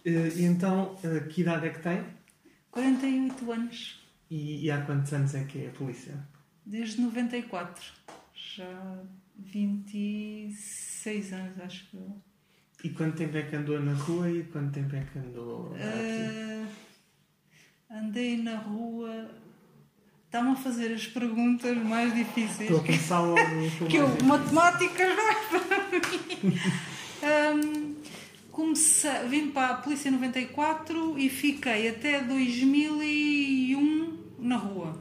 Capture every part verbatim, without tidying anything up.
E então, que idade é que tem? quarenta e oito anos. E, e há quantos anos é que é a polícia? Desde noventa e quatro. Já vinte e seis anos, acho que eu. E quanto tempo é que andou na rua e quanto tempo é que andou aqui? Uh, andei na rua... Está-me a fazer as perguntas mais difíceis. Estou a começar logo com que eu, matemáticas não é para mim. um, comecei, vim para a polícia em noventa e quatro e fiquei até dois mil e um na rua.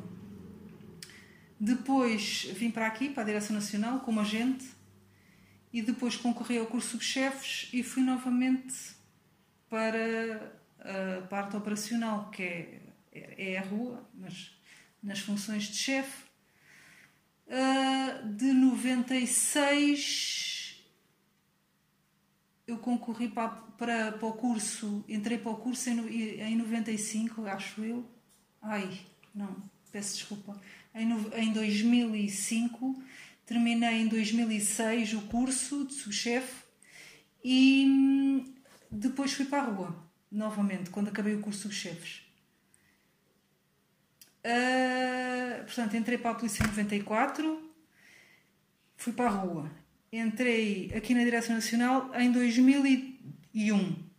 Depois vim para aqui, para a Direção Nacional, como agente, e depois concorri ao curso de subchefes e fui novamente para a parte operacional, que é, é a rua, mas nas funções de chefe. Uh, de noventa e seis eu concorri para, para, para o curso, entrei para o curso em, em noventa e cinco, acho eu. Ai, não, peço desculpa. Em, em dois mil e cinco, terminei em dois mil e seis o curso de subchefe e depois fui para a rua, novamente, quando acabei o curso de subchefes. Uh, portanto, entrei para a polícia em noventa e quatro, fui para a rua. Entrei aqui na Direção Nacional em dois mil e um. Uh,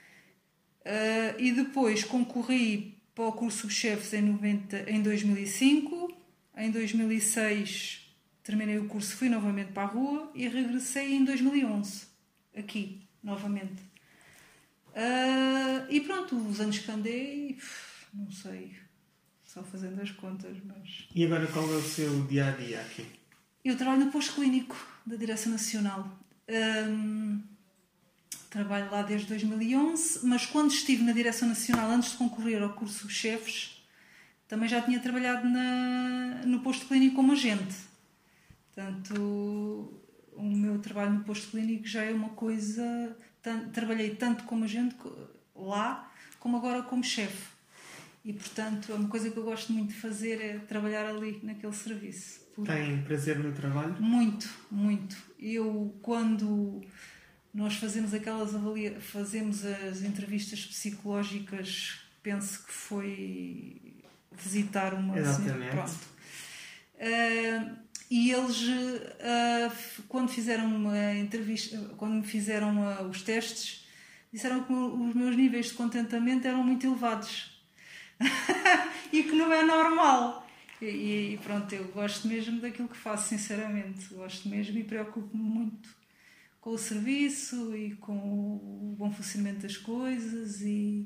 e depois concorri para o curso de subchefes em, em dois mil e cinco. Em dois mil e seis terminei o curso, fui novamente para a rua e regressei em dois mil e onze, aqui, novamente. Uh, e pronto, os anos que andei, não sei... Só fazendo as contas, mas... E agora qual é o seu dia-a-dia aqui? Eu trabalho no posto clínico da Direção Nacional. Um, trabalho lá desde dois mil e onze, mas quando estive na Direção Nacional, antes de concorrer ao curso de chefes, também já tinha trabalhado na, no posto clínico como agente. Portanto, o meu trabalho no posto clínico já é uma coisa... Tanto, trabalhei tanto como agente lá, como agora como chefe. E, portanto, é uma coisa que eu gosto muito de fazer é trabalhar ali, naquele serviço. Porque... Tem prazer no trabalho? Muito, muito. Eu, quando nós fazemos aquelas avalia... fazemos as entrevistas psicológicas, penso que foi visitar uma... Exatamente. Pronto. Uh, e eles, uh, quando fizeram uma entrevista, quando me fizeram uh, os testes, disseram que os meus níveis de contentamento eram muito elevados. E que não é normal. E, e pronto, eu gosto mesmo daquilo que faço, sinceramente. Gosto mesmo e preocupo-me muito com o serviço e com o bom funcionamento das coisas e,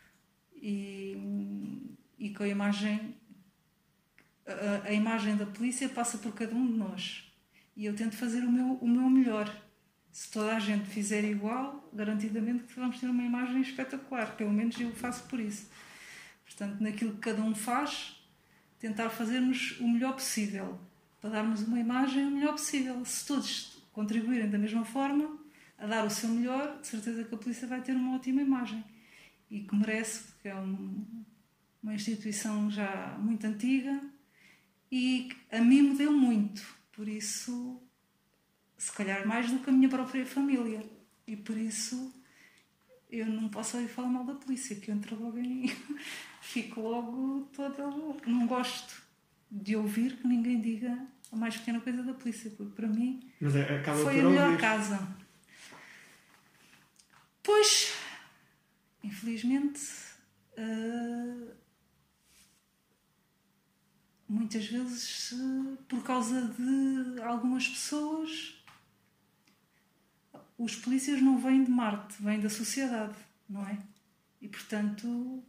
e, e com a imagem. A, a imagem da polícia passa por cada um de nós. E eu tento fazer o meu, o meu melhor. Se toda a gente fizer igual, garantidamente que vamos ter uma imagem espetacular. Pelo menos eu faço por isso. Portanto, naquilo que cada um faz, tentar fazermos o melhor possível, para darmos uma imagem o melhor possível. Se todos contribuírem da mesma forma, a dar o seu melhor, de certeza que a polícia vai ter uma ótima imagem. E que merece, porque é um, uma instituição já muito antiga e a mim me deu muito. Por isso, se calhar mais do que a minha própria família. E por isso... eu não posso ouvir falar mal da polícia, que eu entro logo em... fico logo toda... Não gosto de ouvir que ninguém diga a mais pequena coisa da polícia, porque para mim Mas acaba foi por a melhor ouvir. casa. Pois, infelizmente, uh, muitas vezes, uh, por causa de algumas pessoas... Os polícias não vêm de Marte, vêm da sociedade, não é? E, portanto, uh,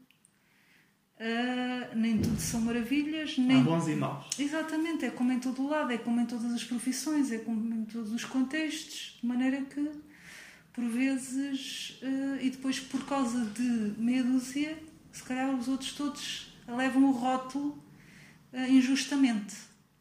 nem tudo são maravilhas. Nem... Há bons e maus. Exatamente, é como em todo o lado, é como em todas as profissões, é como em todos os contextos, de maneira que, por vezes, uh, e depois por causa de meia dúzia, se calhar os outros todos levam o rótulo uh, injustamente.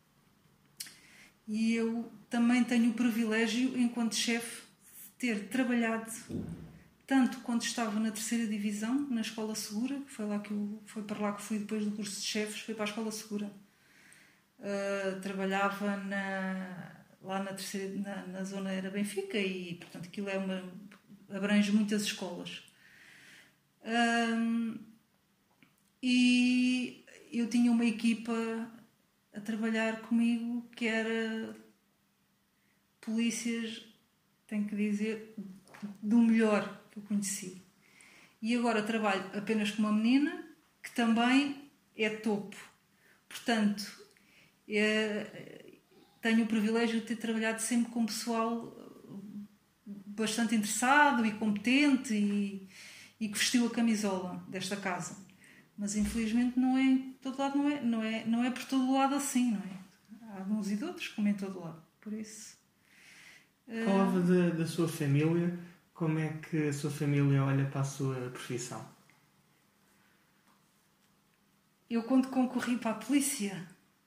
E eu também tenho o privilégio, enquanto chefe, ter trabalhado tanto quando estava na terceira divisão, na Escola Segura, que foi, lá que eu, foi para lá que fui depois do curso de chefes, fui para a Escola Segura. Uh, trabalhava na, lá na, terceira, na, na zona era Benfica e, portanto, aquilo é uma, abrange muitas escolas. Um, e eu tinha uma equipa a trabalhar comigo que era polícias, tenho que dizer, do melhor que eu conheci. E agora trabalho apenas com uma menina que também é topo. Portanto, é, tenho o privilégio de ter trabalhado sempre com pessoal bastante interessado e competente e, e que vestiu a camisola desta casa. Mas infelizmente não é em todo lado, não é, não é, não é por todo lado assim, não é? Há uns e de outros como em todo lado. Por isso. Falava uh... da, da sua família. Como é que a sua família olha para a sua profissão? Eu, quando concorri para a polícia,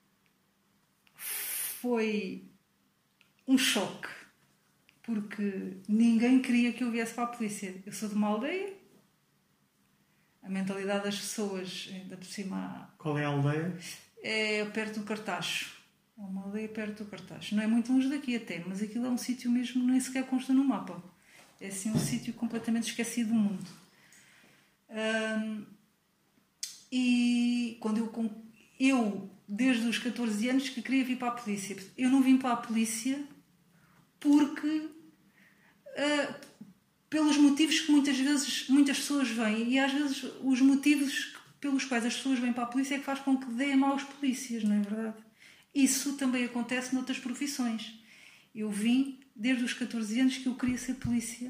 foi um choque, porque ninguém queria que eu viesse para a polícia. Eu sou de uma aldeia, a mentalidade das pessoas, ainda por cima... Qual é a aldeia? É perto do Cartacho. É uma aldeia perto do Cartacho. Não é muito longe daqui até, mas aquilo é um sítio mesmo, nem sequer consta no mapa. É assim um sítio completamente esquecido do mundo. Um, e quando eu, eu, desde os catorze anos, que queria vir para a polícia. Eu não vim para a polícia porque, uh, pelos motivos que muitas vezes muitas pessoas vêm, e às vezes os motivos pelos quais as pessoas vêm para a polícia é que faz com que deem maus polícias, não é verdade? Isso também acontece noutras profissões. Eu vim desde os catorze anos que eu queria ser polícia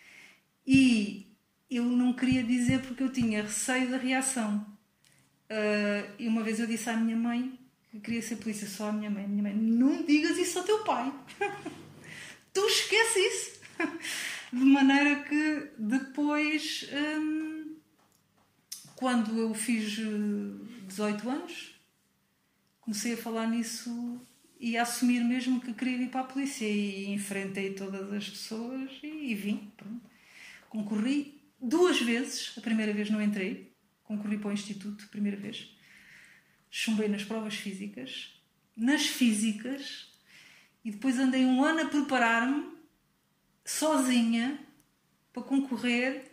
e eu não queria dizer porque eu tinha receio da reação. Uh, e uma vez eu disse à minha mãe que queria ser polícia, só à minha mãe. Minha mãe, não digas isso ao teu pai. Tu esquece isso. De maneira que depois, um, quando eu fiz dezoito anos, comecei a falar nisso e a assumir mesmo que queria ir para a polícia e enfrentei todas as pessoas e, e vim. Pronto. Concorri duas vezes, a primeira vez não entrei, concorri para o instituto, a primeira vez. Chumbei nas provas físicas, nas físicas, e depois andei um ano a preparar-me, sozinha, para concorrer,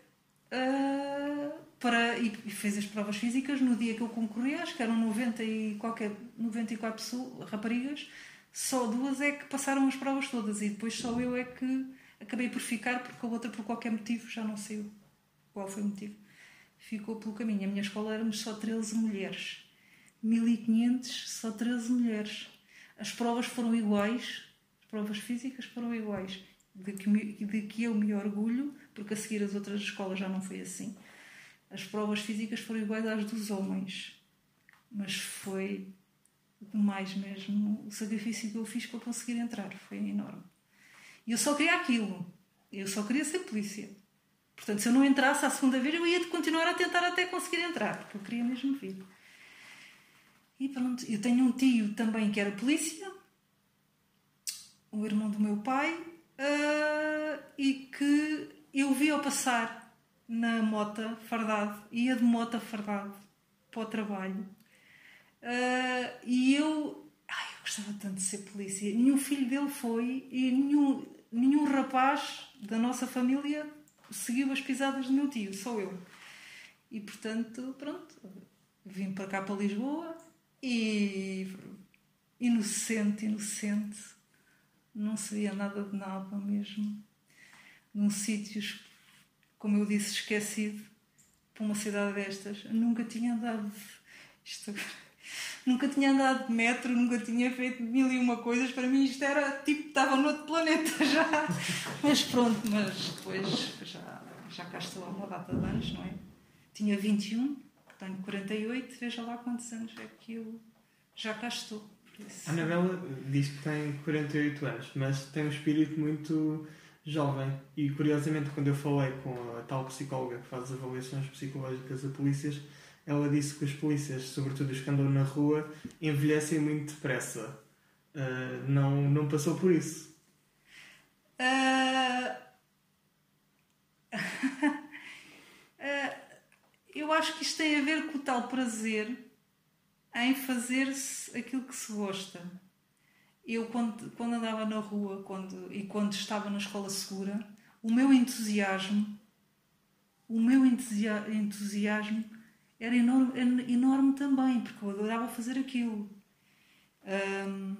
uh, para, e, e fiz as provas físicas no dia que eu concorri, acho que eram noventa e, qualquer, noventa e quatro pessoas, raparigas, só duas é que passaram as provas todas, e depois só eu é que acabei por ficar, porque a outra, por qualquer motivo, já não sei qual foi o motivo, ficou pelo caminho. A minha escola éramos só treze mulheres. mil e quinhentos, só treze mulheres. As provas foram iguais, as provas físicas foram iguais, de que, me, de que eu me orgulho, porque a seguir as outras escolas já não foi assim. As provas físicas foram iguais às dos homens. Mas foi demais mesmo. O sacrifício que eu fiz para conseguir entrar foi enorme. E eu só queria aquilo. Eu só queria ser polícia. Portanto, se eu não entrasse a segunda vez, eu ia continuar a tentar até conseguir entrar, porque eu queria mesmo vir. E pronto, eu tenho um tio também que era polícia, o irmão do meu pai, uh, e que eu vi-o passar na mota fardado, ia de mota fardado para o trabalho. Uh, e eu, ai, eu gostava tanto de ser polícia. Nenhum filho dele foi e nenhum, nenhum rapaz da nossa família seguiu as pisadas do meu tio, só eu. E portanto, pronto, vim para cá, para Lisboa, e inocente, inocente, não sabia nada de nada mesmo, num sítio, como eu disse, esquecido, para uma cidade destas. Eu nunca tinha andado, isto, nunca tinha andado de metro, nunca tinha feito mil e uma coisas. Para mim isto era tipo, estava noutro planeta já. Mas pronto, mas depois já, já cá estou há uma data de anos, não é? Tinha vinte e um, tenho quarenta e oito, veja lá quantos anos é que eu já cá estou. A Anabela diz que tem quarenta e oito anos, mas tem um espírito muito jovem. E curiosamente, quando eu falei com a tal psicóloga que faz avaliações psicológicas a polícias, ela disse que os polícias, sobretudo os que andam na rua, envelhecem muito depressa. Uh, não, não passou por isso? Uh... uh... Eu acho que isto tem a ver com o tal prazer em fazer-se aquilo que se gosta. Eu, quando, quando andava na rua quando, e quando estava na escola segura, o meu entusiasmo o meu entusia- entusiasmo era enorme, era enorme também, porque eu adorava fazer aquilo. Hum,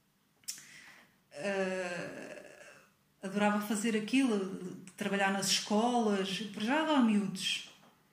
uh, adorava fazer aquilo, trabalhar nas escolas, para já dar miúdos.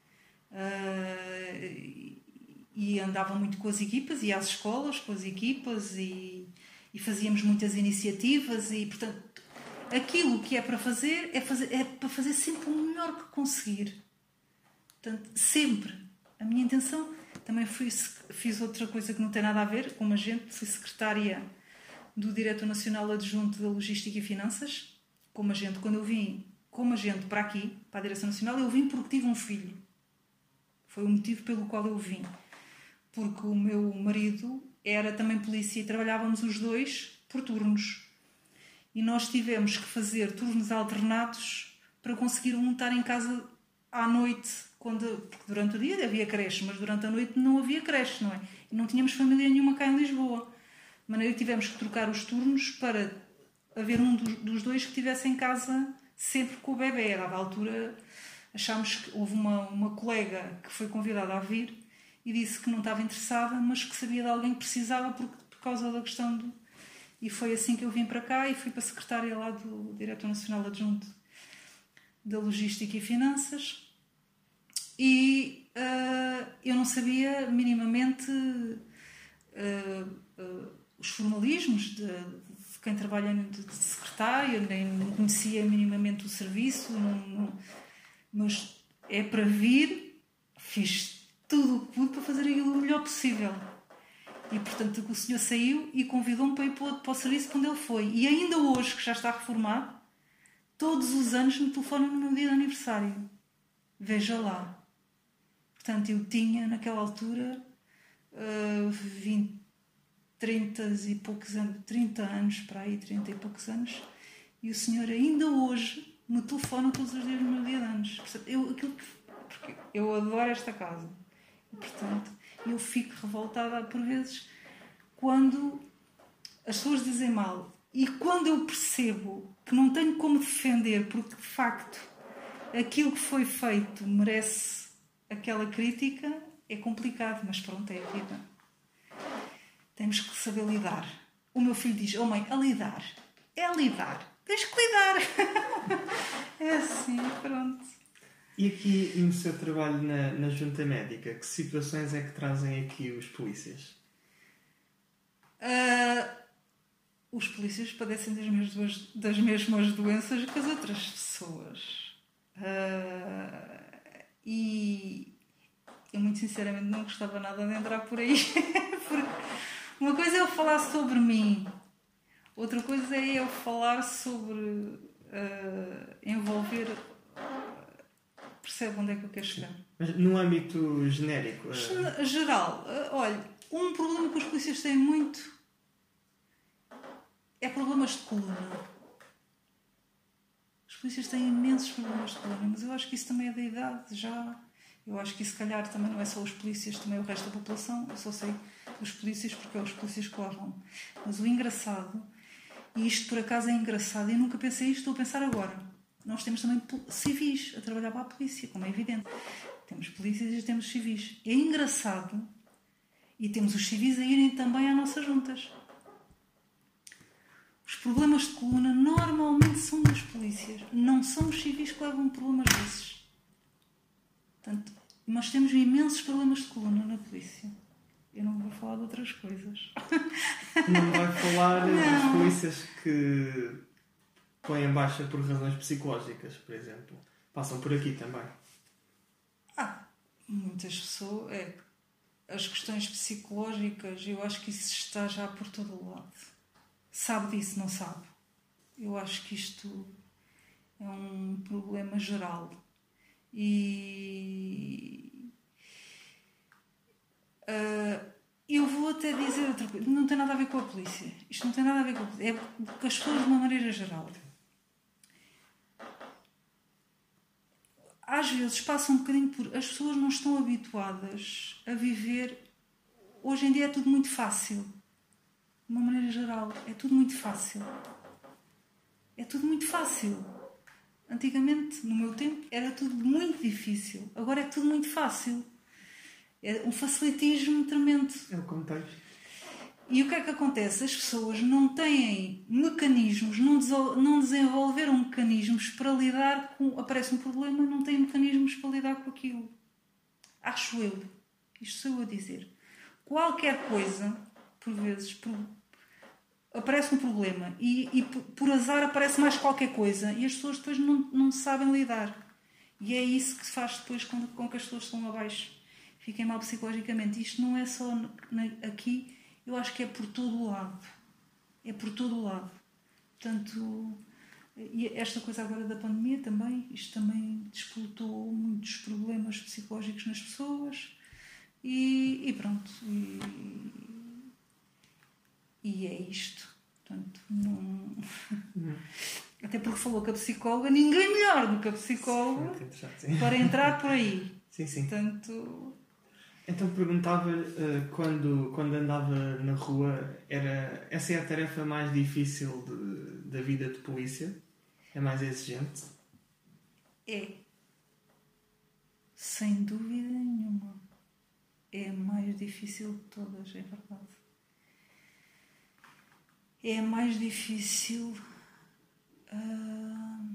Uh, e andava muito com as equipas, ia às escolas com as equipas e, e fazíamos muitas iniciativas e, portanto, aquilo que é para fazer é, fazer é para fazer sempre o melhor que conseguir. Portanto, sempre. A minha intenção, também fui, fiz outra coisa que não tem nada a ver com a gente, fui secretária do Diretor Nacional Adjunto da Logística e Finanças. Como agente, quando eu vim como agente para aqui, para a Direção Nacional, eu vim porque tive um filho. Foi o motivo pelo qual eu vim. Porque o meu marido era também polícia e trabalhávamos os dois por turnos. E nós tivemos que fazer turnos alternados para conseguir um estar em casa à noite, quando, porque durante o dia havia creche, mas durante a noite não havia creche, não é? E não tínhamos família nenhuma cá em Lisboa. De maneira que tivemos que trocar os turnos para haver um dos, dos dois que estivesse em casa sempre com o bebê. A dada altura achámos que houve uma, uma colega que foi convidada a vir e disse que não estava interessada, mas que sabia de alguém que precisava por, por causa da questão do... E foi assim que eu vim para cá e fui para a secretária lá do Diretor Nacional Adjunto da Logística e Finanças. E uh, eu não sabia minimamente uh, uh, os formalismos de, de quem trabalha de, de secretária, nem conhecia minimamente o serviço, não, não, mas é para vir, fiz tudo o que pude para fazer aquilo o melhor possível. E, portanto, o senhor saiu e convidou-me para ir para o, para o serviço quando ele foi. E ainda hoje, que já está reformado, todos os anos me telefonam no meu dia de aniversário. Veja lá. Portanto, eu tinha, naquela altura, uh, vinte, trinta e poucos anos, trinta anos, para aí, trinta e poucos anos, e o senhor ainda hoje me telefona todos os dias no meu dia de anos. Portanto, eu, aquilo que, porque eu adoro esta casa. E, portanto, eu fico revoltada por vezes quando as pessoas dizem mal. E quando eu percebo que não tenho como defender, porque de facto aquilo que foi feito merece aquela crítica, é complicado, mas pronto, é a vida. Temos que saber lidar. O meu filho diz: oh mãe, a lidar. É a lidar. Tens que lidar. É assim, pronto. E aqui no seu trabalho na, na junta médica, que situações é que trazem aqui os polícias? Uh, os polícias padecem das mesmas, das mesmas doenças que as outras pessoas. Uh, e eu muito sinceramente não gostava nada de entrar por aí. Porque uma coisa é eu falar sobre mim, outra coisa é eu falar sobre uh, envolver. Percebe onde é que eu quero chegar? Mas no âmbito genérico? Uh... Geral, uh, olha, um problema que os polícias têm muito é problemas de coluna. Os polícias têm imensos problemas de coluna, mas eu acho que isso também é da idade já. Eu acho que isso, se calhar, também não é só os polícias, também é o resto da população. Eu só sei os polícias porque é os polícias que lá vão. Mas o engraçado, e isto por acaso é engraçado, eu nunca pensei isto, estou a pensar agora. Nós temos também civis a trabalhar para a polícia, como é evidente. Temos polícias e temos civis. É engraçado. E temos os civis a irem também às nossas juntas. Os problemas de coluna normalmente são das polícias. Não são os civis que levam problemas desses. Portanto, nós temos imensos problemas de coluna na polícia. Eu não vou falar de outras coisas. Não vai falar não. das polícias que põem em baixa por razões psicológicas, por exemplo. Passam por aqui também. Ah, muitas pessoas... É, as questões psicológicas, eu acho que isso está já por todo o lado. Sabe disso, não sabe? Eu acho que isto é um problema geral. E... Uh, eu vou até dizer outra coisa. Não tem nada a ver com a polícia. Isto não tem nada a ver com a polícia. É com as pessoas de uma maneira geral. Às vezes passa um bocadinho por... As pessoas não estão habituadas a viver... Hoje em dia é tudo muito fácil. De uma maneira geral. É tudo muito fácil. É tudo muito fácil. Antigamente, no meu tempo, era tudo muito difícil. Agora é tudo muito fácil. É um facilitismo tremendo. É o contexto. E o que é que acontece? As pessoas não têm mecanismos, não, não desenvolveram mecanismos para lidar com... Aparece um problema e não têm mecanismos para lidar com aquilo. Acho eu. Isto sou eu a dizer. Qualquer coisa, por vezes, por, aparece um problema e, e por azar aparece mais qualquer coisa e as pessoas depois não, não sabem lidar. E é isso que faz depois com, com que as pessoas estão abaixo. Fiquem mal psicologicamente. Isto não é só na, aqui... Eu acho que é por todo o lado. É por todo o lado. Portanto, e esta coisa agora da pandemia também, isto também despoltou muitos problemas psicológicos nas pessoas e, e pronto. E, e é isto. Portanto, não... Não. Até porque falou que a psicóloga, ninguém melhor do que a psicóloga sim, para entrar por aí. Sim, sim. Portanto... Então perguntava uh, quando, quando andava na rua, era, essa é a tarefa mais difícil de, da vida de polícia? É mais exigente? É. Sem dúvida nenhuma. É a mais difícil de todas, é verdade. É a mais difícil... Uh,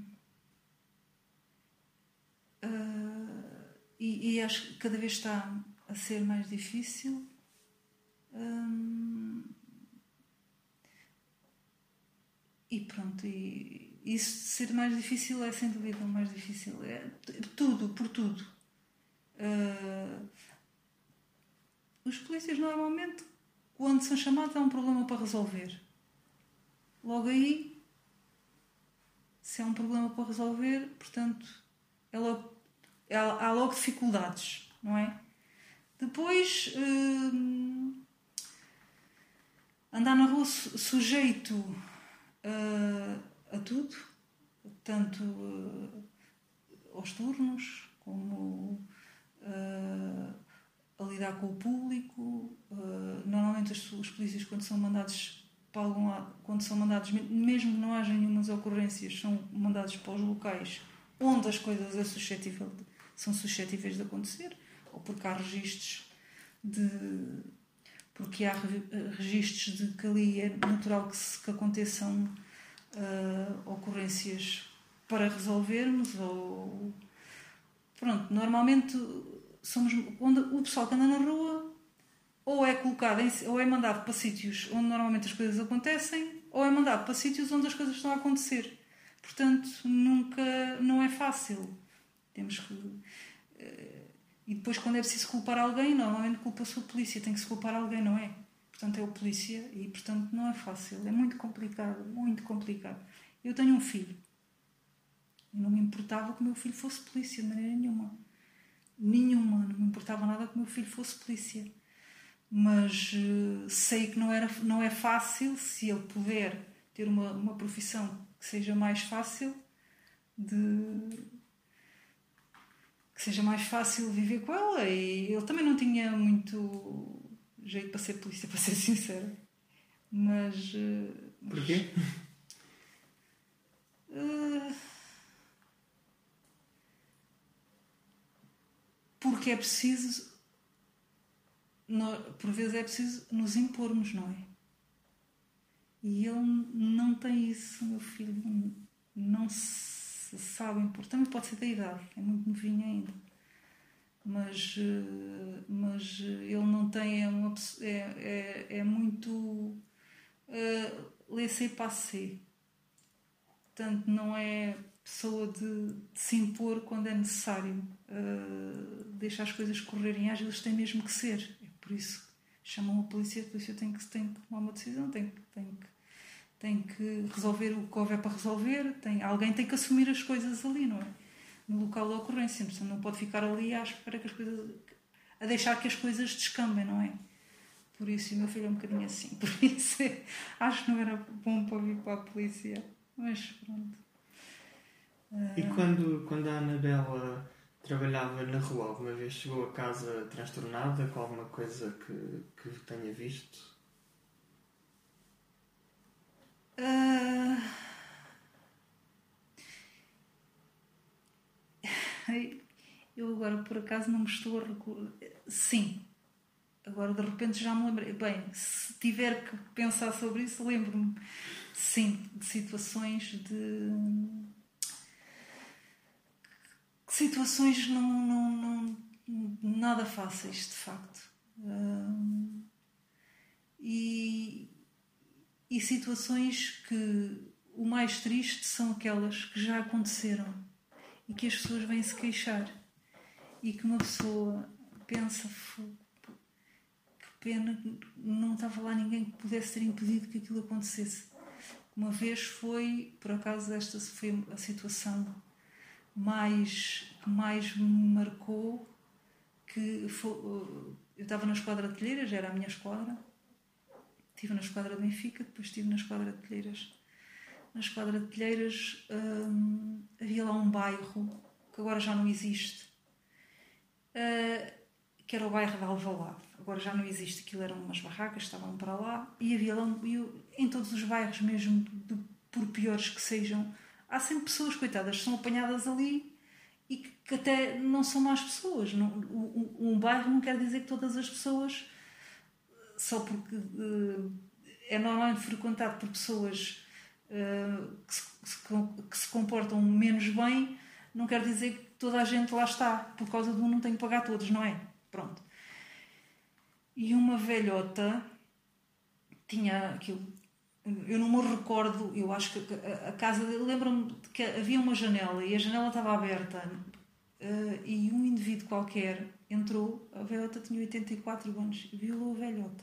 uh, e, e acho que cada vez está... a ser mais difícil. Hum, e pronto, e isso de ser mais difícil é sem dúvida o mais difícil. É tudo, por tudo. Uh, os polícias normalmente, quando são chamados, há um problema para resolver. Logo aí, se há um problema para resolver, portanto, é logo, há, há logo dificuldades, não é? Depois, hum, andar na rua sujeito uh, a tudo, tanto uh, aos turnos, como uh, a lidar com o público. Uh, normalmente os, os polícias, quando são mandados para algum lado, quando são mandados, mesmo que não haja nenhumas ocorrências, são mandados para os locais onde as coisas é suscetível de, são suscetíveis de acontecer. Ou porque há registros de... Porque há registros de que ali é natural que, se, que aconteçam uh, ocorrências para resolvermos, ou... Pronto, normalmente somos... Onde, o pessoal que anda na rua ou é colocado, em, ou é mandado para sítios onde normalmente as coisas acontecem, ou é mandado para sítios onde as coisas estão a acontecer. Portanto, nunca... Não é fácil. Temos que... Uh, E depois, quando é preciso culpar alguém, normalmente culpa-se o polícia. Tem que se culpar alguém, não é? Portanto, é o polícia e, portanto, não é fácil. É muito complicado, muito complicado. Eu tenho um filho. Eu não me importava que o meu filho fosse polícia, de maneira nenhuma. Nenhuma. Não me importava nada que o meu filho fosse polícia. Mas uh, sei que não, era, não é fácil, se ele puder ter uma, uma profissão que seja mais fácil de... que seja mais fácil viver com ela. E ele também não tinha muito jeito para ser polícia, para ser sincera. Mas... mas porquê? Uh, porque é preciso... Por vezes é preciso nos impormos, não é? E ele não tem isso, meu filho. Não se sabe impor. Também pode ser da idade, é muito novinho ainda. Mas, mas ele não tem, é, uma, é, é, é muito uh, laissez-passer. Portanto, não é pessoa de, de se impor quando é necessário. Uh, deixa as coisas correrem, às vezes tem mesmo que ser. É por isso que chamam a polícia, a polícia tem que, tem que tomar uma decisão, tem que, tem que, tem que resolver o que houver para resolver, tem, alguém tem que assumir as coisas ali, não é? No local da ocorrência, portanto, não pode ficar ali à espera que as coisas, a deixar que as coisas descambem, não é? Por isso, o meu filho é um bocadinho assim, por isso acho que não era bom para vir para a polícia, mas pronto. E quando, quando a Anabela trabalhava na rua, alguma vez chegou a casa transtornada com alguma coisa que, que tenha visto? Uh... Eu agora, por acaso, não me estou a recordar. Sim. Agora, de repente, já me lembrei. Bem, se tiver que pensar sobre isso, lembro-me, sim, de situações de... Situações não, não, não, nada fáceis, de facto. Um, e, e situações que o mais triste são aquelas que já aconteceram e que as pessoas vêm se queixar e que uma pessoa pensa, que pena, não estava lá ninguém que pudesse ter impedido que aquilo acontecesse. Uma vez foi, por acaso esta foi a situação mais, que mais me marcou, que foi, eu estava na esquadra de Telheiras, era a minha esquadra, estive na esquadra de Benfica, depois estive na esquadra de Telheiras. Na esquadra de Telheiras hum, havia lá um bairro que agora já não existe, uh, que era o bairro de Alvalade. Agora já não existe, aquilo eram umas barracas, estavam para lá, e havia lá, eu, em todos os bairros, mesmo de, por piores que sejam, há sempre pessoas, coitadas, que são apanhadas ali e que, que até não são más pessoas. Não, um, um bairro não quer dizer que todas as pessoas, só porque uh, é normalmente frequentado por pessoas uh, que, se, que se comportam menos bem, não quer dizer que toda a gente lá está, por causa de um não tem que pagar todos, não é? Pronto. E uma velhota tinha aquilo, eu não me recordo, eu acho que a, a casa, lembro-me que havia uma janela e a janela estava aberta uh, e um indivíduo qualquer entrou, a velhota tinha oitenta e quatro anos e violou a velhota.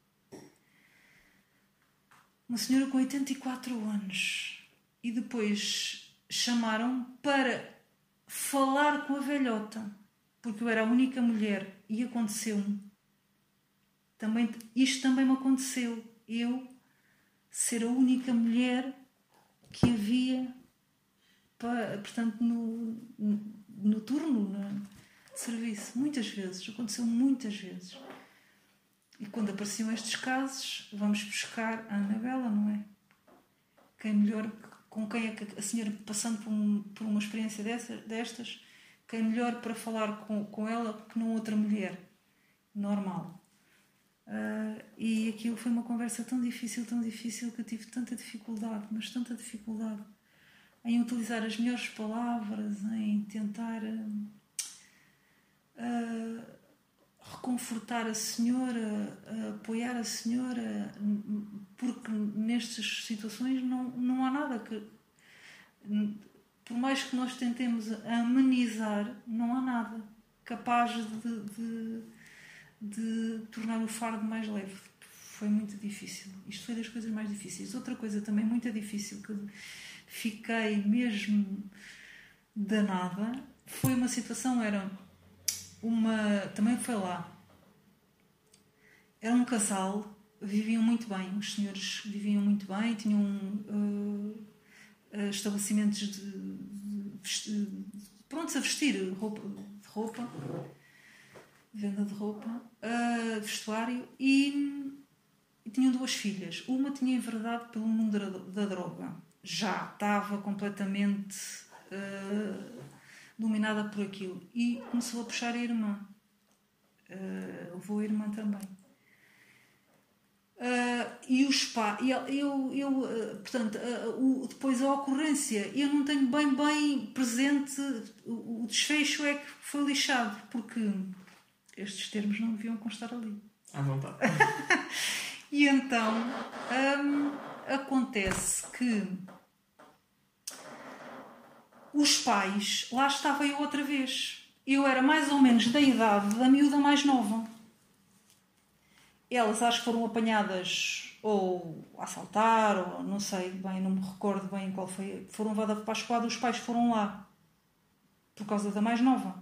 Uma senhora com oitenta e quatro anos. E depois chamaram para falar com a velhota, porque eu era a única mulher e aconteceu-me. Também, isto também me aconteceu. Eu ser a única mulher que havia, para, portanto, no, no turno no, de serviço. Muitas vezes. Aconteceu muitas vezes. E quando apareciam estes casos, vamos buscar a Anabela, não é? Quem melhor, com quem é que a senhora, passando por, um, por uma experiência dessa, destas, quem melhor para falar com, com ela que não outra mulher normal. Uh, e aquilo foi uma conversa tão difícil, tão difícil, que eu tive tanta dificuldade, mas tanta dificuldade em utilizar as melhores palavras, em tentar uh, uh, reconfortar a senhora, uh, apoiar a senhora, porque nestas situações não, não há nada que, por mais que nós tentemos amenizar, não há nada capaz de, de de tornar o fardo mais leve. Foi muito difícil. Isto foi das coisas mais difíceis. Outra coisa também muito difícil, que fiquei mesmo danada, foi uma situação, era uma... também foi lá. Era um casal, viviam muito bem, os senhores viviam muito bem, tinham uh, estabelecimentos de, de, de prontos a vestir, roupa, de roupa, venda de roupa, uh, vestuário, e, e tinham duas filhas. Uma tinha enveredado pelo mundo da, da droga. Já estava completamente uh, dominada por aquilo. E começou a puxar a irmã. Uh, levou a irmã também. Uh, e os pais... Eu, eu, eu, uh, portanto, uh, o, depois a ocorrência, eu não tenho bem, bem presente... O, o desfecho é que foi lixado, porque... estes termos não deviam constar ali. À vontade. E então hum, acontece que os pais, lá estava eu outra vez. Eu era mais ou menos da idade da miúda mais nova. Elas acho que foram apanhadas ou a assaltar, ou não sei bem, não me recordo bem qual foi. Foram levadas para a esquadra, os pais foram lá por causa da mais nova.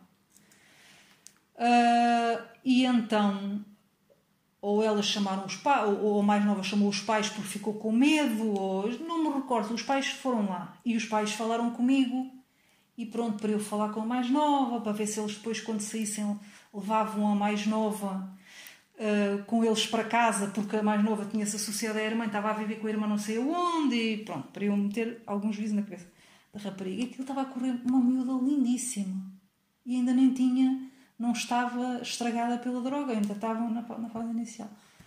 Uh, e então ou elas chamaram os pais, ou, ou a mais nova chamou os pais porque ficou com medo, ou não me recordo, os pais foram lá e os pais falaram comigo e pronto, para eu falar com a mais nova, para ver se eles depois quando saíssem levavam a mais nova uh, com eles para casa, porque a mais nova tinha-se associado à irmã, estava a viver com a irmã não sei aonde, e pronto, para eu meter algum juízo na cabeça da rapariga. E aquilo estava a correr uma miúda lindíssima, e ainda nem tinha, não estava estragada pela droga, ainda estava na, na fase inicial.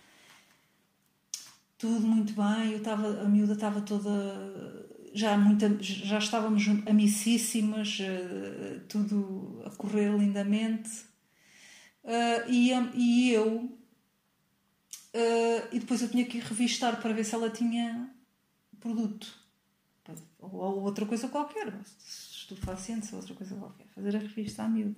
Tudo muito bem, eu estava, a miúda estava toda, já, muito, já estávamos amicíssimas, tudo a correr lindamente, e, e eu, e depois eu tinha que ir revistar para ver se ela tinha produto, ou outra coisa qualquer, estupefacientes ou outra coisa qualquer, fazer a revista à miúda.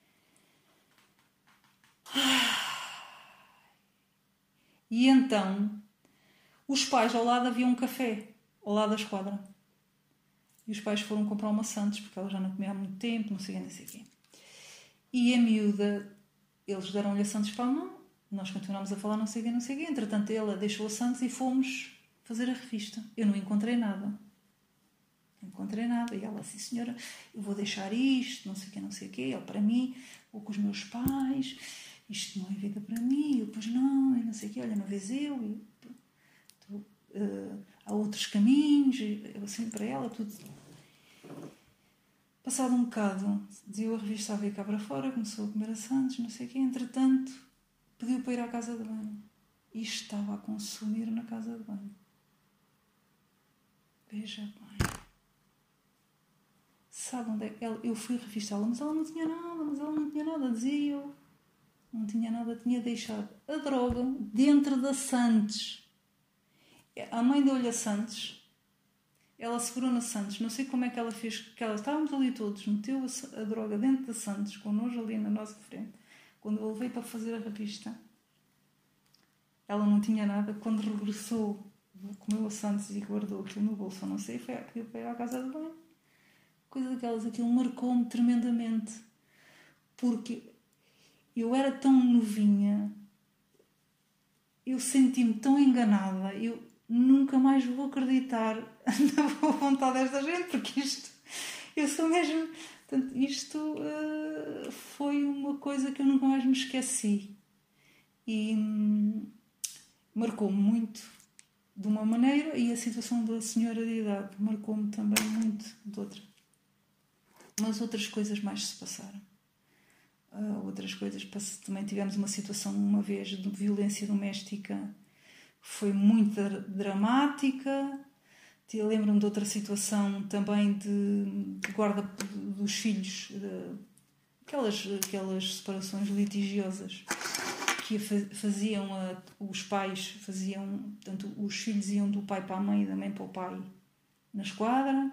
E então, os pais ao lado havia um café, ao lado da esquadra. E os pais foram comprar uma Santos, porque ela já não comia há muito tempo, não sei o quê, não sei o quê. E a miúda, eles deram-lhe a Santos para a mão, nós continuámos a falar não sei o quê, não sei o quê. Entretanto, ela deixou a Santos e fomos fazer a revista. Eu não encontrei nada. Não encontrei nada. E ela assim, senhora, eu vou deixar isto, não sei o quê, não sei o quê. Ele, para mim, vou com os meus pais, isto não é vida para mim. Eu, pois não, e não sei o quê, olha, não vês eu. E, tu, uh, há outros caminhos. E eu assim, para ela, tudo. Passado um bocado, deu a revista a ver cá para fora, começou a comer a Santos, não sei o quê. Entretanto, pediu para ir à casa de banho. E estava a consumir na casa de banho. Veja bem. Sabe onde é que ela... Eu fui revistá-la, mas ela não tinha nada, mas ela não tinha nada, dizia eu. Não tinha nada, tinha deixado a droga dentro da Santos. A mãe deu-lhe a Santos. Ela segurou na Santos. Não sei como é que ela fez, que ela estávamos ali todos, meteu a, a droga dentro da Santos, connosco ali na nossa frente. Quando eu levei para fazer a revista, ela não tinha nada. Quando regressou, comeu a Santos e guardou aquilo no bolso, não sei, foi pediu para ir à casa de banho. Coisa daquelas, aquilo marcou-me tremendamente. Porque eu era tão novinha, eu senti-me tão enganada, eu nunca mais vou acreditar na boa vontade desta gente, porque isto, eu sou mesmo, portanto, isto uh, foi uma coisa que eu nunca mais me esqueci. E hum, marcou-me muito de uma maneira, e a situação da senhora de idade marcou-me também muito de outra. Mas outras coisas mais se passaram. Uh, outras coisas, também tivemos uma situação uma vez de violência doméstica, foi muito dramática. Eu lembro-me de outra situação também de, de guarda dos filhos, de, aquelas, aquelas separações litigiosas que faziam a, os pais faziam, portanto, os filhos iam do pai para a mãe e da mãe para o pai na esquadra.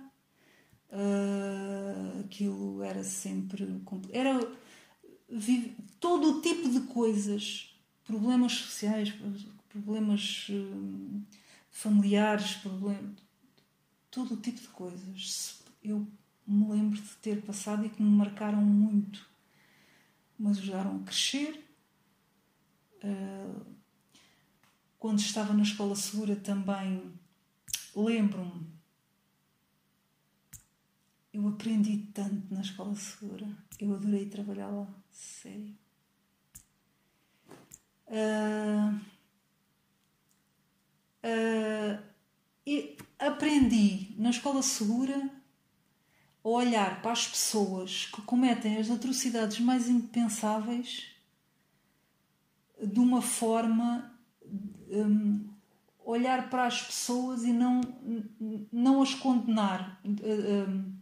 Uh, aquilo era sempre era vive, todo o tipo de coisas, problemas sociais, problemas uh, familiares, problemas, todo o tipo de coisas eu me lembro de ter passado e que me marcaram muito, me ajudaram a crescer. Uh, quando estava na escola segura também lembro-me, eu aprendi tanto na escola segura, eu adorei trabalhar lá, sério. Uh, uh, e aprendi na escola segura a olhar para as pessoas que cometem as atrocidades mais impensáveis de uma forma, um, olhar para as pessoas e não, não as condenar. Um,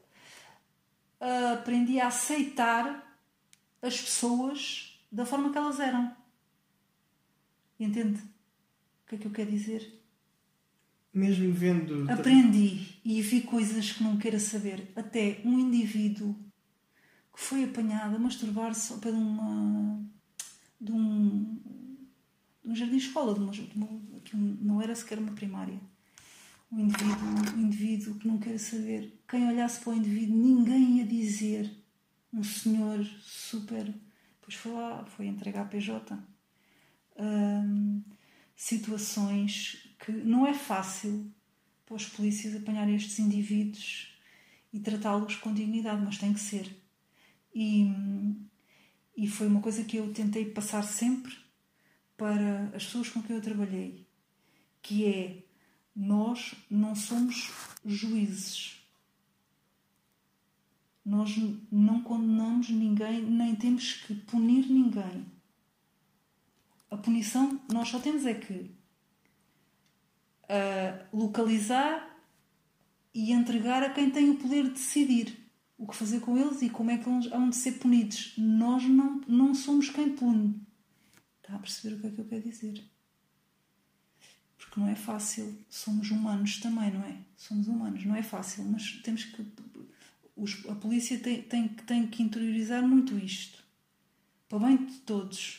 aprendi a aceitar as pessoas da forma que elas eram. Entende o que é que eu quero dizer? Mesmo vendo... Aprendi e vi coisas que não queira saber. Até um indivíduo que foi apanhado a masturbar-se ao pé de uma... de um, de um jardim-escola, de uma, de uma, que não era sequer uma primária. Um indivíduo, um indivíduo que não queira saber. Quem olhasse para o indivíduo, ninguém ia dizer. Um senhor super... Depois foi lá, foi entregar a P J. Hum, situações que não é fácil para os polícias apanharem estes indivíduos e tratá-los com dignidade, mas tem que ser. E, e foi uma coisa que eu tentei passar sempre para as pessoas com quem eu trabalhei, que é: nós não somos juízes. Nós não condenamos ninguém, nem temos que punir ninguém. A punição, nós só temos é que uh, localizar e entregar a quem tem o poder de decidir o que fazer com eles e como é que eles hão de ser punidos. Nós não, não somos quem pune. Está a perceber o que é que eu quero dizer? Porque não é fácil. Somos humanos também, não é? Somos humanos, não é fácil, mas temos que... Os, a polícia tem, tem, tem que interiorizar muito isto. Para o bem de todos.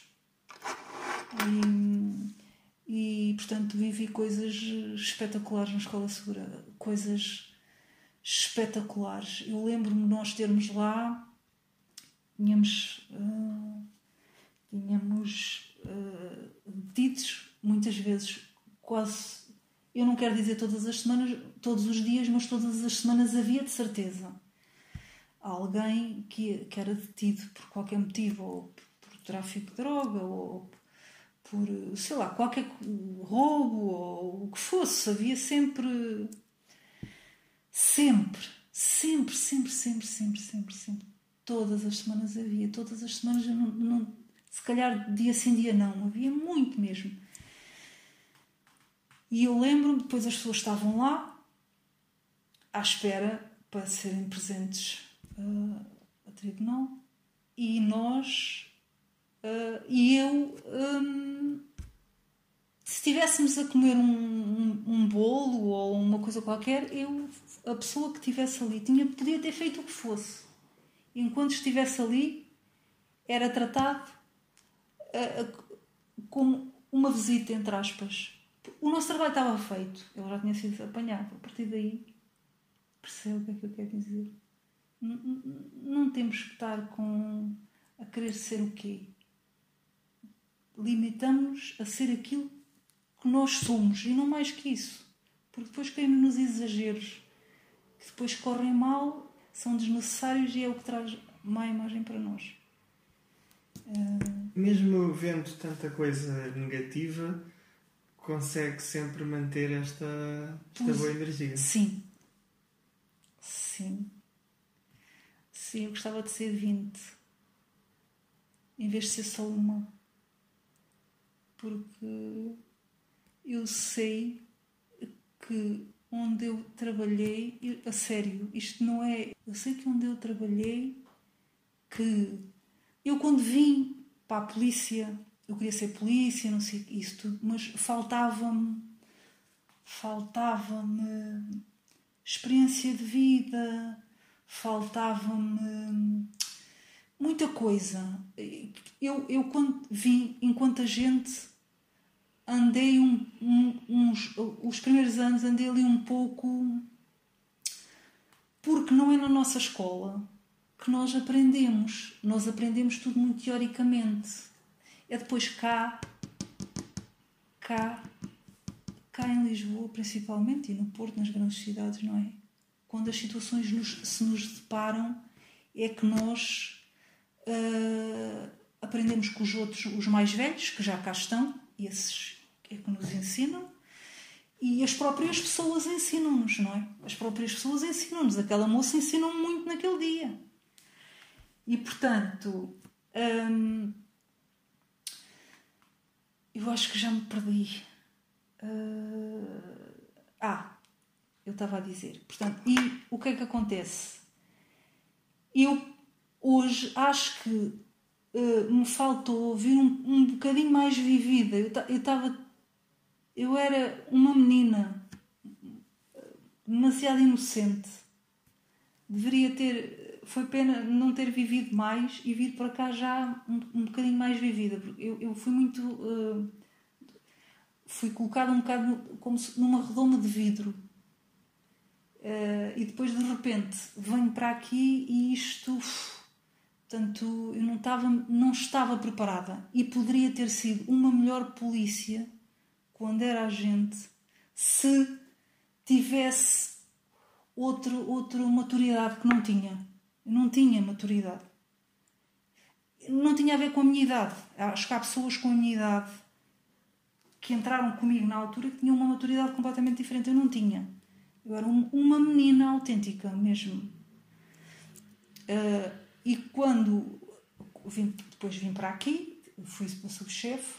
E, e, portanto, vivi coisas espetaculares na Escola Segura. Coisas espetaculares. Eu lembro-me de nós termos lá... Tínhamos... Uh, tínhamos... Uh, detidos, muitas vezes, quase... Eu não quero dizer todas as semanas, todos os dias, mas todas as semanas havia de certeza alguém que, que era detido por qualquer motivo, ou por tráfico de droga, ou por, sei lá, qualquer roubo, ou o que fosse. Havia sempre, sempre, sempre, sempre, sempre, sempre, sempre, sempre. Todas as semanas havia, todas as semanas, não, não, se calhar dia sim, dia não, havia muito mesmo. E eu lembro-me, depois as pessoas estavam lá, à espera para serem presentes uh, a tribunal, e nós, uh, e eu, um, se estivéssemos a comer um, um, um bolo ou uma coisa qualquer, eu, a pessoa que estivesse ali tinha, podia ter feito o que fosse. Enquanto estivesse ali, era tratado uh, como uma visita, entre aspas. O nosso trabalho estava feito. Ele já tinha sido apanhado. A partir daí, percebe o que é que eu quero dizer? Não, não, não temos que estar com, a querer ser o quê? Limitamos-nos a ser aquilo que nós somos e não mais que isso. Porque depois caímos nos exageros que depois correm mal, são desnecessários e é o que traz má imagem para nós. Uh... Mesmo vendo tanta coisa negativa, consegue sempre manter esta, esta boa energia. Sim. Sim. Sim, eu gostava de ser vinte. Em vez de ser só uma. Porque eu sei que onde eu trabalhei, eu, a sério, isto não é... Eu sei que onde eu trabalhei, que eu quando vim para a polícia... Eu queria ser polícia, não sei isso tudo, mas faltava-me, faltava-me experiência de vida, faltava-me muita coisa. Eu, eu quando vim, enquanto agente, andei um, um, uns, os primeiros anos andei ali um pouco, porque não é na nossa escola que nós aprendemos. Nós aprendemos tudo muito teoricamente. É depois cá, cá, cá em Lisboa principalmente, e no Porto, nas grandes cidades, não é? Quando as situações nos, se nos deparam, é que nós uh, aprendemos com os outros, os mais velhos, que já cá estão, esses é que nos ensinam, e as próprias pessoas ensinam-nos, não é? As próprias pessoas ensinam-nos. Aquela moça ensinou-me muito naquele dia. E, portanto... Um, Eu acho que já me perdi. Uh... Ah, eu estava a dizer. Portanto, e o que é que acontece? Eu hoje acho que uh, me faltou vir um, um bocadinho mais vivida. Eu estava... Eu era uma menina demasiado inocente. Deveria ter... Foi pena não ter vivido mais e vir para cá já um, um bocadinho mais vivida. Porque eu, eu fui muito... Uh, fui colocada um bocado como se, numa redoma de vidro. Uh, e depois, de repente, venho para aqui e isto... Uf, portanto, eu não estava, não estava preparada. E poderia ter sido uma melhor polícia quando era agente se tivesse outro, outra maturidade que não tinha. Eu não tinha maturidade. Não tinha a ver com a minha idade. Acho que há pessoas com a minha idade que entraram comigo na altura que tinham uma maturidade completamente diferente. Eu não tinha. Eu era um, uma menina autêntica mesmo. Uh, e quando vim, depois vim para aqui, fui para subchefe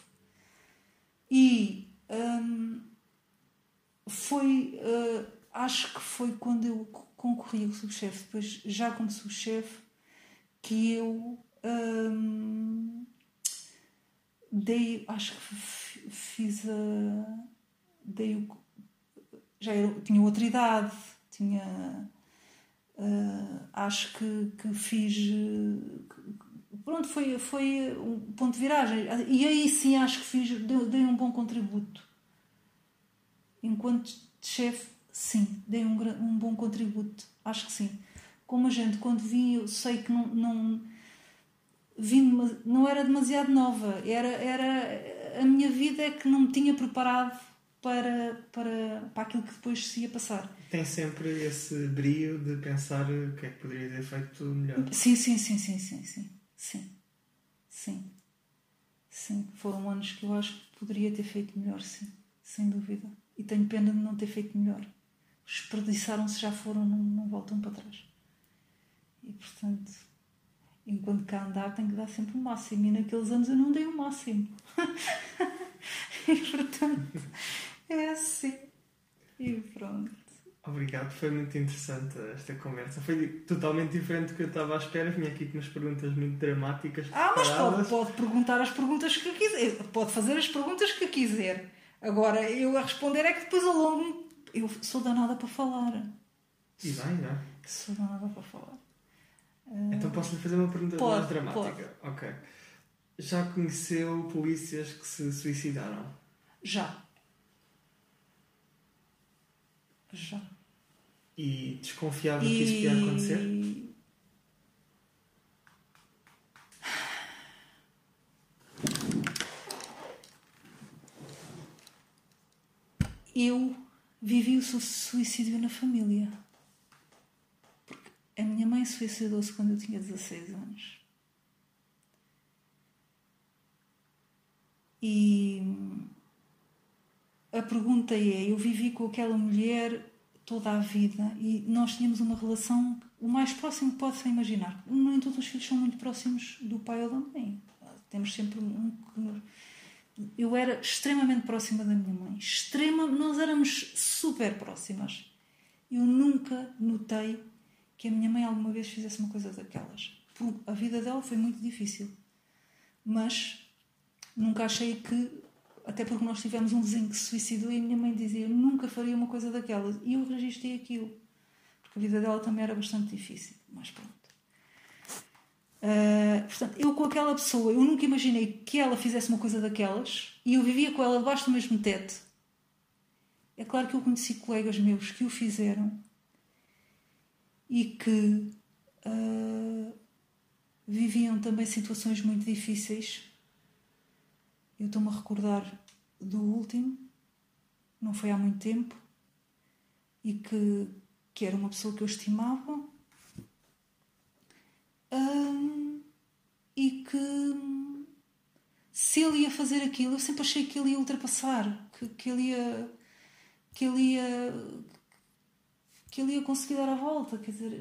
e um, foi, uh, acho que foi quando eu concorri ao subchefe, depois já como subchefe, que eu um, dei, acho que fiz a. Dei, já era, tinha outra idade, tinha. Uh, acho que, que fiz. Que, pronto, foi, foi um ponto de viragem. E aí sim acho que fiz, dei, dei um bom contributo. Enquanto chefe, sim, dei um, um bom contributo. Acho que sim. Como a gente, quando vim, eu sei que não. não vim, não era demasiado nova. Era, era, a minha vida é que não me tinha preparado para, para, para aquilo que depois se ia passar. Tem sempre esse brio de pensar o que é que poderia ter feito melhor. Sim, sim, sim, sim, sim, sim. Sim. Sim. Sim. Foram anos que eu acho que poderia ter feito melhor, sim. Sem dúvida. E tenho pena de não ter feito melhor. Desperdiçaram-se, já foram, não, não voltam para trás. E, portanto, enquanto cá andar, tenho que dar sempre o máximo. E naqueles anos eu não dei o máximo. E, portanto, é assim. E pronto. Obrigado, foi muito interessante esta conversa. Foi totalmente diferente do que eu estava à espera. Vinha aqui com umas perguntas muito dramáticas. Ah, mas pode, pode perguntar as perguntas que quiser. Pode fazer as perguntas que quiser. Agora, eu a responder é que depois ao longo... Eu sou danada para falar. E bem, não é? Sou danada para falar. Então posso-lhe fazer uma pergunta pode, mais dramática? Pode. Ok. Já conheceu polícias que se suicidaram? Já. Já. E desconfiava e... que isso ia acontecer? Eu vivi o suicídio na família. Porque a minha mãe suicidou-se quando eu tinha dezasseis anos. E a pergunta é, eu vivi com aquela mulher toda a vida e nós tínhamos uma relação o mais próximo que pode-se imaginar. Nem todos os filhos são muito próximos do pai ou da mãe. Temos sempre um que... Eu era extremamente próxima da minha mãe. Extrema... Nós éramos super próximas. Eu nunca notei que a minha mãe alguma vez fizesse uma coisa daquelas. A vida dela foi muito difícil. Mas nunca achei que... Até porque nós tivemos um vizinho que se suicidou e a minha mãe dizia, eu nunca faria uma coisa daquelas. E eu registrei aquilo. Porque a vida dela também era bastante difícil. Mas pronto. Uh, portanto, eu com aquela pessoa, eu nunca imaginei que ela fizesse uma coisa daquelas e eu vivia com ela debaixo do mesmo teto. É claro que eu conheci colegas meus que o fizeram e que uh, viviam também situações muito difíceis. Eu estou-me a recordar do último, não foi há muito tempo, e que, que era uma pessoa que eu estimava um, e que se ele ia fazer aquilo, eu sempre achei que ele ia ultrapassar, que, que ele ia que ele ia que ele ia conseguir dar a volta, quer dizer...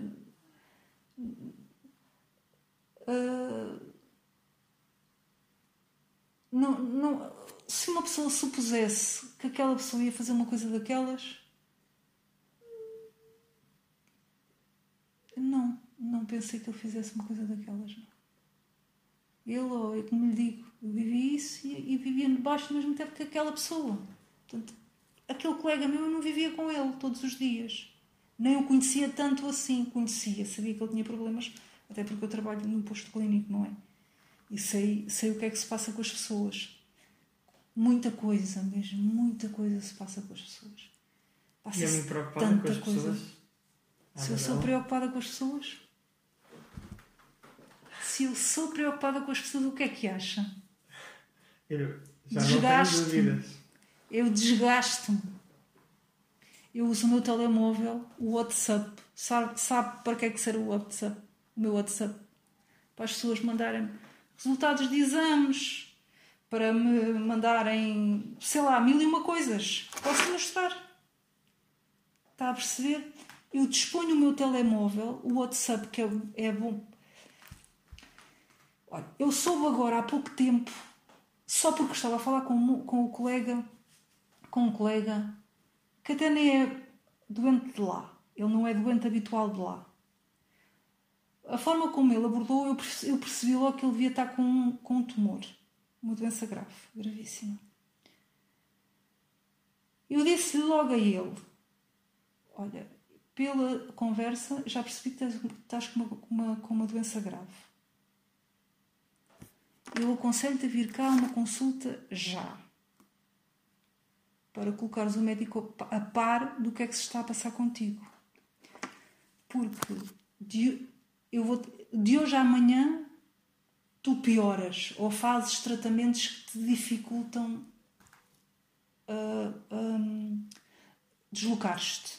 Uh, Não, não, se uma pessoa supusesse que aquela pessoa ia fazer uma coisa daquelas, não, não pensei que ele fizesse uma coisa daquelas. Não. Ele, ou eu como lhe digo, eu vivi isso e, e vivia debaixo do mesmo tempo que aquela pessoa. Portanto, aquele colega meu, eu não vivia com ele todos os dias. Nem o conhecia tanto assim. Conhecia, sabia que ele tinha problemas, até porque eu trabalho num posto clínico, não é? E sei, sei o que é que se passa com as pessoas. Muita coisa mesmo, muita coisa se passa com as pessoas. E é muito preocupada com as coisa. pessoas? Se eu sou preocupada com as pessoas? Se eu sou preocupada com as pessoas, o que é que acha? Eu já desgasto-me. Não tenho dúvidas. Eu desgasto-me. Eu uso o meu telemóvel, o WhatsApp. Sabe, sabe para que é que serve o WhatsApp? O meu WhatsApp? Para as pessoas mandarem resultados de exames, para me mandarem, sei lá, mil e uma coisas. Posso mostrar. Está a perceber? eu disponho o meu telemóvel, o WhatsApp, que é, é bom. Olha, eu soube agora há pouco tempo, só porque estava a falar com, com o colega, com um colega, que até nem é doente de lá. Ele não é doente habitual de lá. A forma como ele abordou, eu percebi, eu percebi logo que ele devia estar com um, com um tumor. Uma doença grave, gravíssima. Eu disse logo a ele, olha, pela conversa já percebi que estás com uma, uma, com uma doença grave. Eu aconselho-te a vir cá a uma consulta já. Para colocares o médico a par do que é que se está a passar contigo. Porque de, eu vou, de hoje à amanhã tu pioras ou fazes tratamentos que te dificultam uh, um, deslocar-te.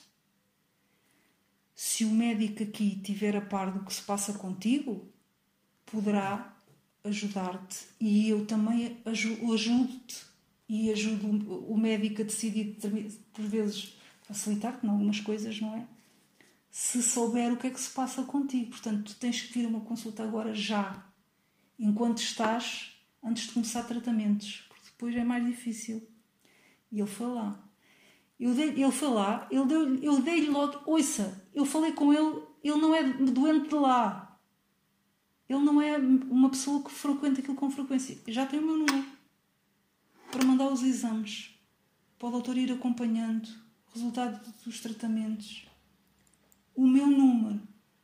Se o médico aqui estiver a par do que se passa contigo, poderá ajudar-te. E eu também ajudo-te e ajudo o médico a decidir, por vezes, facilitar-te em algumas coisas, não é? Se souber o que é que se passa contigo. Portanto, tu tens que vir a uma consulta agora já, enquanto estás, antes de começar tratamentos, porque depois é mais difícil. E ele foi lá. Eu dei, ele foi lá, ele deu, eu dei-lhe logo, ouça, eu falei com ele, ele não é doente de lá. Ele não é uma pessoa que frequenta aquilo com frequência. Já tem o meu número para mandar os exames, para o doutor ir acompanhando o resultado dos tratamentos. O meu número,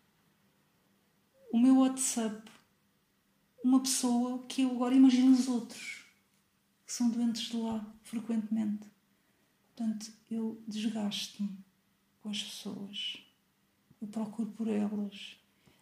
o meu WhatsApp, uma pessoa que eu agora imagino os outros, que são doentes de lá, frequentemente. Portanto, eu desgasto-me com as pessoas. Eu procuro por elas.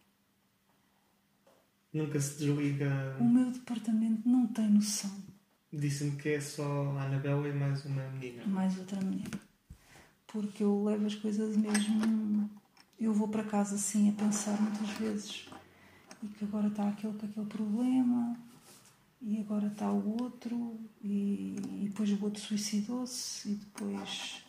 Nunca se desliga... O meu departamento não tem noção. Disse-me que é só a Anabela e mais uma menina. Mais outra menina. Porque eu levo as coisas mesmo... Eu vou para casa assim a pensar muitas vezes. E que agora está aquele com aquele problema. E agora está o outro. E, e depois o outro suicidou-se. E depois...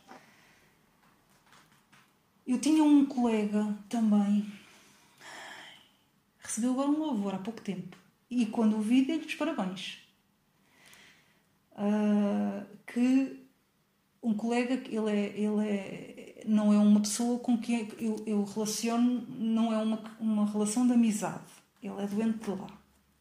Eu tinha um colega também... Recebeu agora um louvor há pouco tempo. E quando o vi, dei-lhe os parabéns. Uh, que um colega, ele, é, ele é, não é uma pessoa com quem eu, eu relaciono, não é uma, uma relação de amizade. Ele é doente de lá.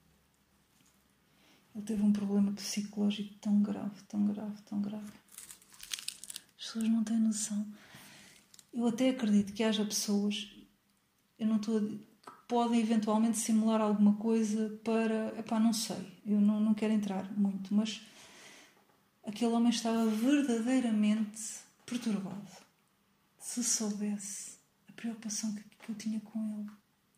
Ele teve um problema psicológico tão grave, tão grave, tão grave. As pessoas não têm noção. Eu até acredito que haja pessoas, eu não estou a podem eventualmente simular alguma coisa para... Epá, não sei, eu não, não quero entrar muito, mas aquele homem estava verdadeiramente perturbado. Se soubesse a preocupação que, que eu tinha com ele.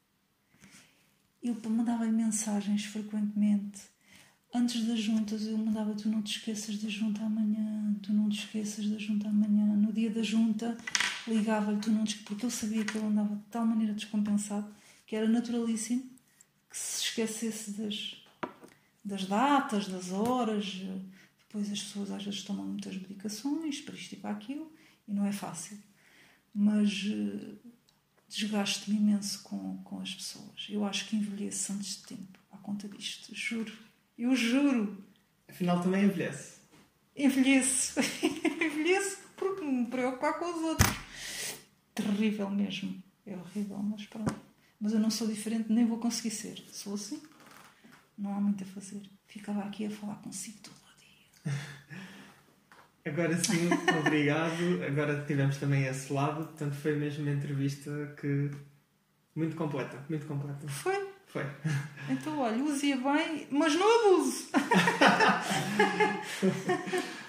Eu mandava-lhe mensagens frequentemente. Antes das juntas eu mandava: tu não te esqueças da junta amanhã, tu não te esqueças da junta amanhã. No dia da junta ligava-lhe, tu não te... porque eu sabia que ele andava de tal maneira descompensado que era naturalíssimo que se esquecesse das, das datas, das horas. Depois as pessoas às vezes tomam muitas medicações para isto e para aquilo e não é fácil. Mas uh, desgasto-me imenso com, com as pessoas. Eu acho que envelheço antes de tempo, à conta disto. Juro. Eu juro. Afinal também envelhece. Envelheço. Envelheço porque me preocupar com os outros. Terrível mesmo. É horrível, mas pronto. Mas eu não sou diferente, nem vou conseguir ser. Sou assim. Não há muito a fazer. Ficava aqui a falar consigo todo o dia. Agora sim, obrigado. Agora tivemos também esse lado. Portanto, foi mesmo uma entrevista que... muito completa. Muito completa. Foi? Foi. Então, olha, use-a bem, mas não abuse.